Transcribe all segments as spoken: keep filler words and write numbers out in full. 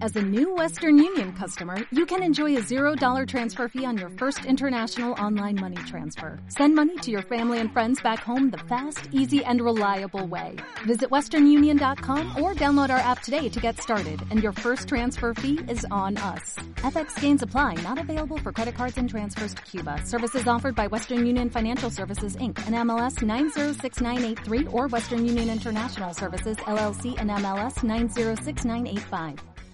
As a new Western Union customer, you can enjoy a zero dollar transfer fee on your first international online money transfer. Send money to your family and friends back home the fast, easy, and reliable way. Visit western union dot com or download our app today to get started, and your first transfer fee is on us. F X gains apply, not available for credit cards and transfers to Cuba. Services offered by Western Union Financial Services, Incorporated, and M L S nine zero six nine eight three or Western Union International Services, L L C, and M L S nine zero six nine eight five.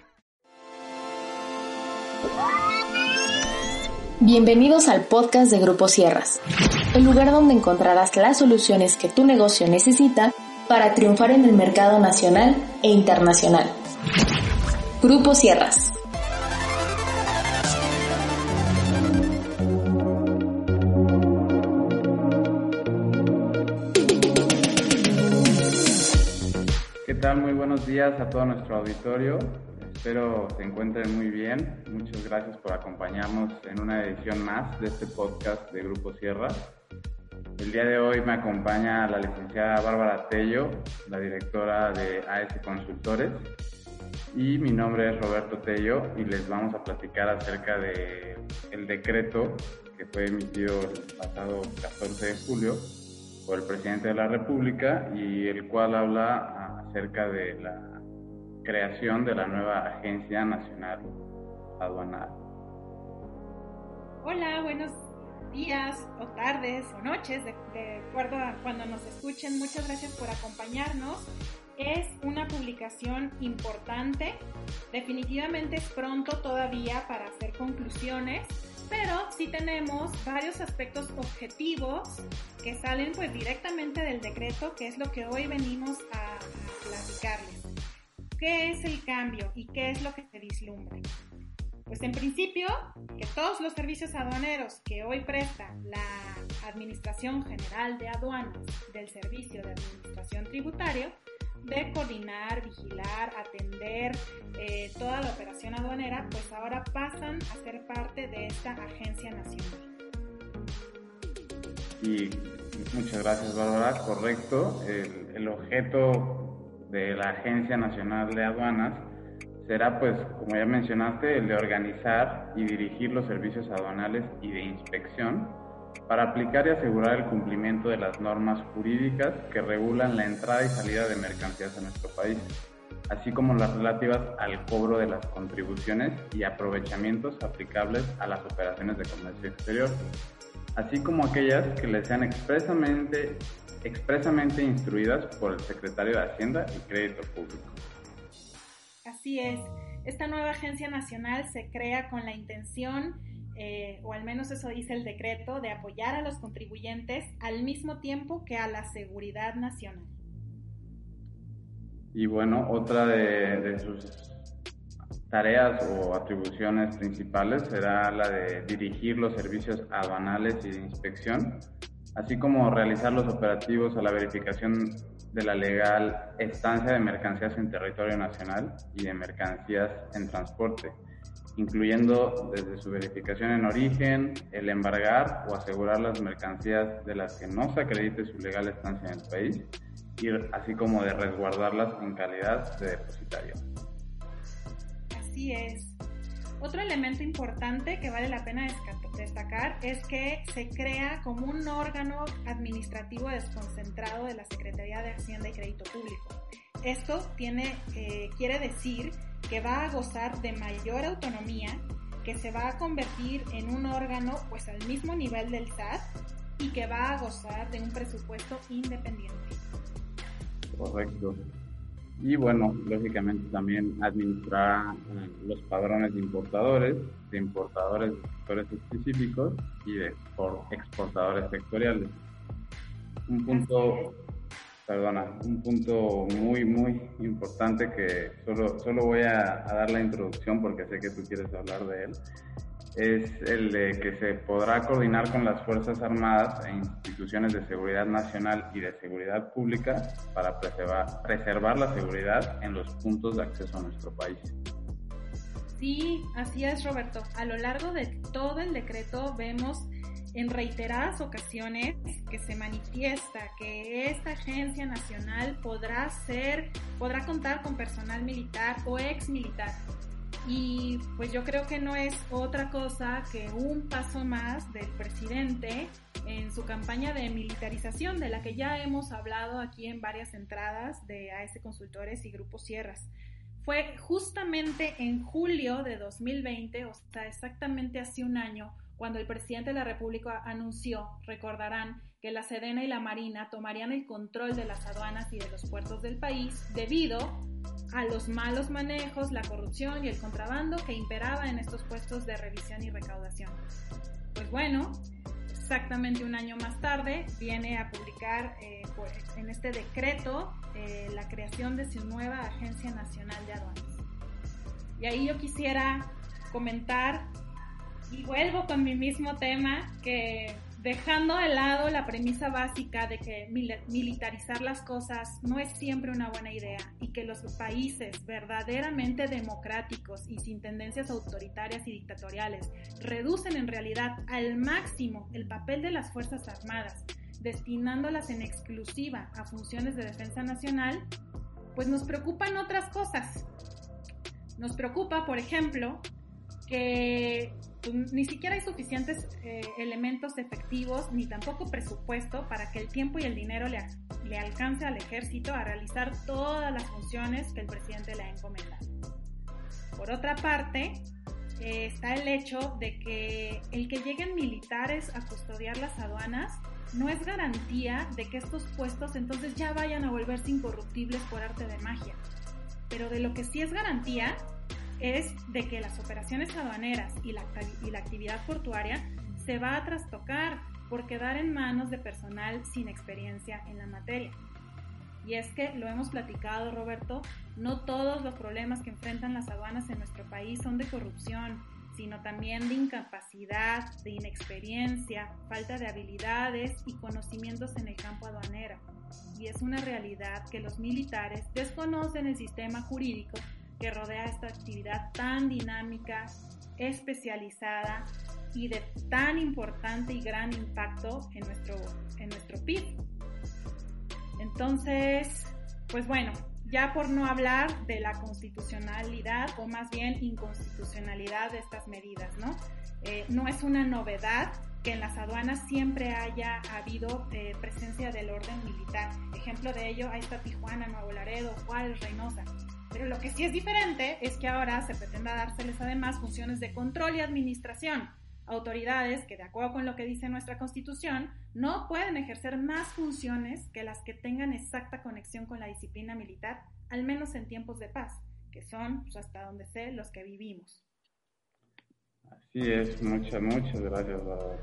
Bienvenidos al podcast de Grupo Sierras, el lugar donde encontrarás las soluciones que tu negocio necesita para triunfar en el mercado nacional e internacional. Grupo Sierras. ¿Qué tal? Muy buenos días a todo nuestro auditorio. Espero se encuentren muy bien. Muchas gracias por acompañarnos en una edición más de este podcast de Grupo Sierra. El día de hoy me acompaña la licenciada Bárbara Tello, la directora de A S Consultores, y mi nombre es Roberto Tello y les vamos a platicar acerca de el decreto que fue emitido el pasado catorce de julio por el presidente de la República y el cual habla acerca de la creación de la nueva Agencia Nacional Aduanal. Hola, buenos días o tardes o noches, de, de acuerdo a cuando nos escuchen. Muchas gracias por acompañarnos. Es una publicación importante. Definitivamente es pronto todavía para hacer conclusiones, pero sí tenemos varios aspectos objetivos que salen pues directamente del decreto, que es lo que hoy venimos a, a platicarles. ¿Qué es el cambio y qué es lo que se vislumbra? Pues en principio, que todos los servicios aduaneros que hoy presta la Administración General de Aduanas del Servicio de Administración Tributaria, de coordinar, vigilar, atender eh, toda la operación aduanera, pues ahora pasan a ser parte de esta agencia nacional. Y muchas gracias, Bárbara. Correcto. El, el objeto de la Agencia Nacional de Aduanas será, pues, como ya mencionaste, el de organizar y dirigir los servicios aduanales y de inspección para aplicar y asegurar el cumplimiento de las normas jurídicas que regulan la entrada y salida de mercancías a nuestro país, así como las relativas al cobro de las contribuciones y aprovechamientos aplicables a las operaciones de comercio exterior, así como aquellas que les sean expresamente expresamente instruidas por el Secretario de Hacienda y Crédito Público. Así es. Esta nueva agencia nacional se crea con la intención, eh, o al menos eso dice el decreto, de apoyar a los contribuyentes al mismo tiempo que a la seguridad nacional. Y bueno, otra de, de sus tareas o atribuciones principales será la de dirigir los servicios aduanales y de inspección, así como realizar los operativos a la verificación de la legal estancia de mercancías en territorio nacional y de mercancías en transporte, incluyendo desde su verificación en origen, el embargar o asegurar las mercancías de las que no se acredite su legal estancia en el país, y así como de resguardarlas en calidad de depositario. Así es. Otro elemento importante que vale la pena destacar es que se crea como un órgano administrativo desconcentrado de la Secretaría de Hacienda y Crédito Público. Esto tiene, eh, quiere decir que va a gozar de mayor autonomía, que se va a convertir en un órgano pues al mismo nivel del S A T y que va a gozar de un presupuesto independiente. Correcto. Y bueno, lógicamente también administrar eh, los padrones de importadores, de importadores de sectores específicos y de por exportadores sectoriales. Un punto, perdona, un punto muy, muy importante que solo, solo voy a, a dar la introducción porque sé que tú quieres hablar de él, es el de que se podrá coordinar con las Fuerzas Armadas e instituciones de seguridad nacional y de seguridad pública para preservar, preservar la seguridad en los puntos de acceso a nuestro país. Sí, así es, Roberto. A lo largo de todo el decreto vemos en reiteradas ocasiones que se manifiesta que esta agencia nacional podrá ser, podrá contar con personal militar o ex militar. Y pues yo creo que no es otra cosa que un paso más del presidente en su campaña de militarización, de la que ya hemos hablado aquí en varias entradas de A S Consultores y Grupo Sierras. Fue justamente en julio de dos mil veinte, o sea, exactamente hace un año, cuando el presidente de la República anunció, recordarán, que la Sedena y la Marina tomarían el control de las aduanas y de los puertos del país debido a los malos manejos, la corrupción y el contrabando que imperaba en estos puestos de revisión y recaudación. Pues bueno, exactamente un año más tarde viene a publicar eh, pues, en este decreto eh, la creación de su nueva Agencia Nacional de Aduanas. Y ahí yo quisiera comentar, y vuelvo con mi mismo tema, que dejando de lado la premisa básica de que mil- militarizar las cosas no es siempre una buena idea y que los países verdaderamente democráticos y sin tendencias autoritarias y dictatoriales reducen en realidad al máximo el papel de las Fuerzas Armadas, destinándolas en exclusiva a funciones de defensa nacional, pues nos preocupan otras cosas. Nos preocupa, por ejemplo, que pues, ni siquiera hay suficientes eh, elementos efectivos ni tampoco presupuesto para que el tiempo y el dinero le, le alcance al ejército a realizar todas las funciones que el presidente le ha encomendado. Por otra parte, eh, está el hecho de que el que lleguen militares a custodiar las aduanas no es garantía de que estos puestos entonces ya vayan a volverse incorruptibles por arte de magia. Pero de lo que sí es garantía es de que las operaciones aduaneras y la, y la actividad portuaria se va a trastocar por quedar en manos de personal sin experiencia en la materia. Y es que, lo hemos platicado, Roberto, no todos los problemas que enfrentan las aduanas en nuestro país son de corrupción, sino también de incapacidad, de inexperiencia, falta de habilidades y conocimientos en el campo aduanero. Y es una realidad que los militares desconocen el sistema jurídico que rodea esta actividad tan dinámica, especializada y de tan importante y gran impacto en nuestro, en nuestro P I B. Entonces, pues bueno, ya por no hablar de la constitucionalidad o más bien inconstitucionalidad de estas medidas, ¿no? Eh, no es una novedad que en las aduanas siempre haya habido eh, presencia del orden militar. Ejemplo de ello, ahí está Tijuana, Nuevo Laredo, Juárez, Reynosa. Pero lo que sí es diferente es que ahora se pretenda dárseles además funciones de control y administración. Autoridades que, de acuerdo con lo que dice nuestra Constitución, no pueden ejercer más funciones que las que tengan exacta conexión con la disciplina militar, al menos en tiempos de paz, que son, pues, hasta donde sé, los que vivimos. Así es, muchas, muchas gracias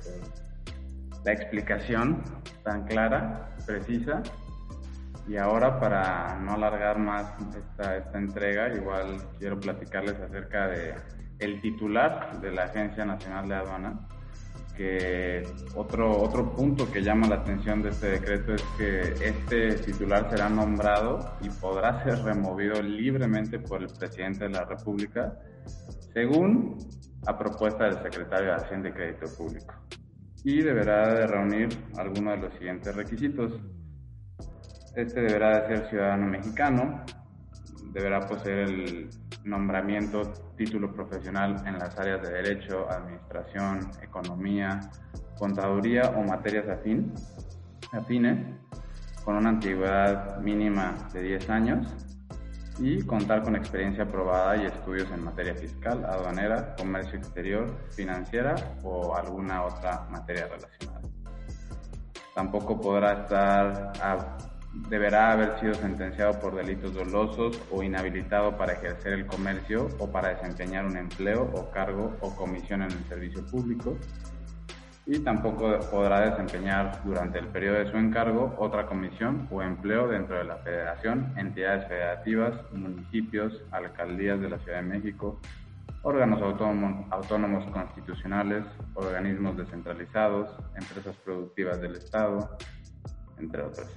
por la explicación tan clara, precisa. Y ahora, para no alargar más esta, esta entrega, igual quiero platicarles acerca de el titular de la Agencia Nacional de Aduanas, que otro, otro punto que llama la atención de este decreto es que este titular será nombrado y podrá ser removido libremente por el presidente de la República, según a propuesta del secretario de Hacienda y Crédito Público, y deberá de reunir algunos de los siguientes requisitos. Este deberá de ser ciudadano mexicano, deberá poseer el nombramiento, título profesional en las áreas de Derecho, Administración, Economía, Contaduría o materias afín, afines, con una antigüedad mínima de diez años y contar con experiencia probada y estudios en materia fiscal, aduanera, comercio exterior, financiera o alguna otra materia relacionada. Tampoco podrá estar a deberá haber sido sentenciado por delitos dolosos o inhabilitado para ejercer el comercio o para desempeñar un empleo o cargo o comisión en el servicio público, y tampoco podrá desempeñar durante el periodo de su encargo otra comisión o empleo dentro de la Federación, entidades federativas, municipios, alcaldías de la Ciudad de México, órganos autónomos, autónomos constitucionales, organismos descentralizados, empresas productivas del Estado, entre otros.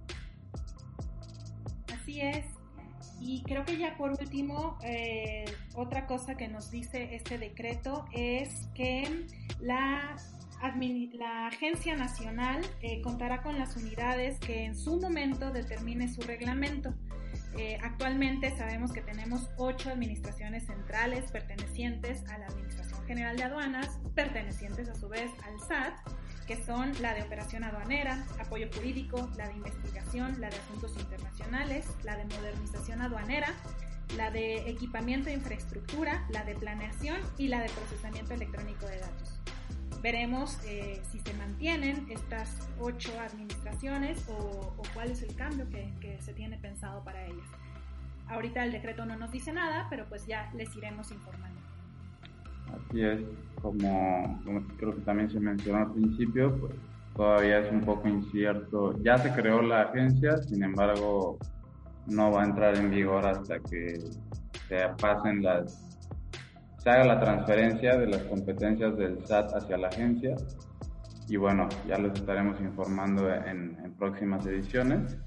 Así es, y creo que ya por último, eh, otra cosa que nos dice este decreto es que la, la Agencia Nacional eh, contará con las unidades que en su momento determine su reglamento. Eh, actualmente sabemos que tenemos ocho administraciones centrales pertenecientes a la Administración General de Aduanas, pertenecientes a su vez al S A T, que son la de Operación Aduanera, Apoyo Jurídico, la de Investigación, la de Asuntos Internacionales, la de Modernización Aduanera, la de Equipamiento e Infraestructura, la de Planeación y la de Procesamiento Electrónico de Datos. Veremos eh, si se mantienen estas ocho administraciones o, o cuál es el cambio que, que se tiene pensado para ellas. Ahorita el decreto no nos dice nada, pero pues ya les iremos informando. Así es, como, como creo que también se mencionó al principio, pues todavía es un poco incierto. Ya se creó la agencia, sin embargo, no va a entrar en vigor hasta que se pasen las se haga la transferencia de las competencias del S A T hacia la agencia y bueno, ya los estaremos informando en, en próximas ediciones.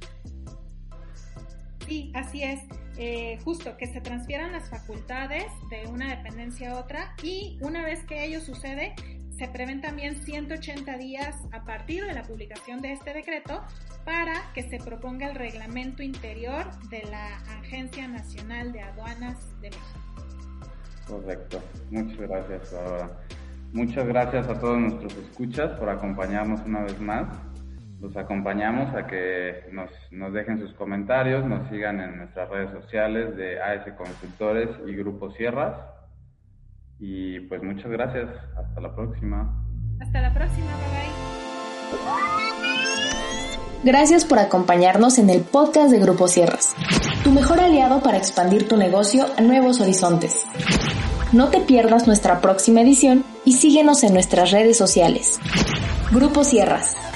Sí, así es, eh, justo que se transfieran las facultades de una dependencia a otra y una vez que ello sucede, se prevén también ciento ochenta días a partir de la publicación de este decreto para que se proponga el reglamento interior de la Agencia Nacional de Aduanas de México. Correcto, muchas gracias, Bárbara. Muchas gracias a todos nuestros escuchas por acompañarnos una vez más. Los acompañamos a que nos, nos dejen sus comentarios, nos sigan en nuestras redes sociales de A S Consultores y Grupo Sierras. Y pues muchas gracias, hasta la próxima. Hasta la próxima, bye bye. Gracias por acompañarnos en el podcast de Grupo Sierras, tu mejor aliado para expandir tu negocio a nuevos horizontes. No te pierdas nuestra próxima edición y síguenos en nuestras redes sociales. Grupo Sierras.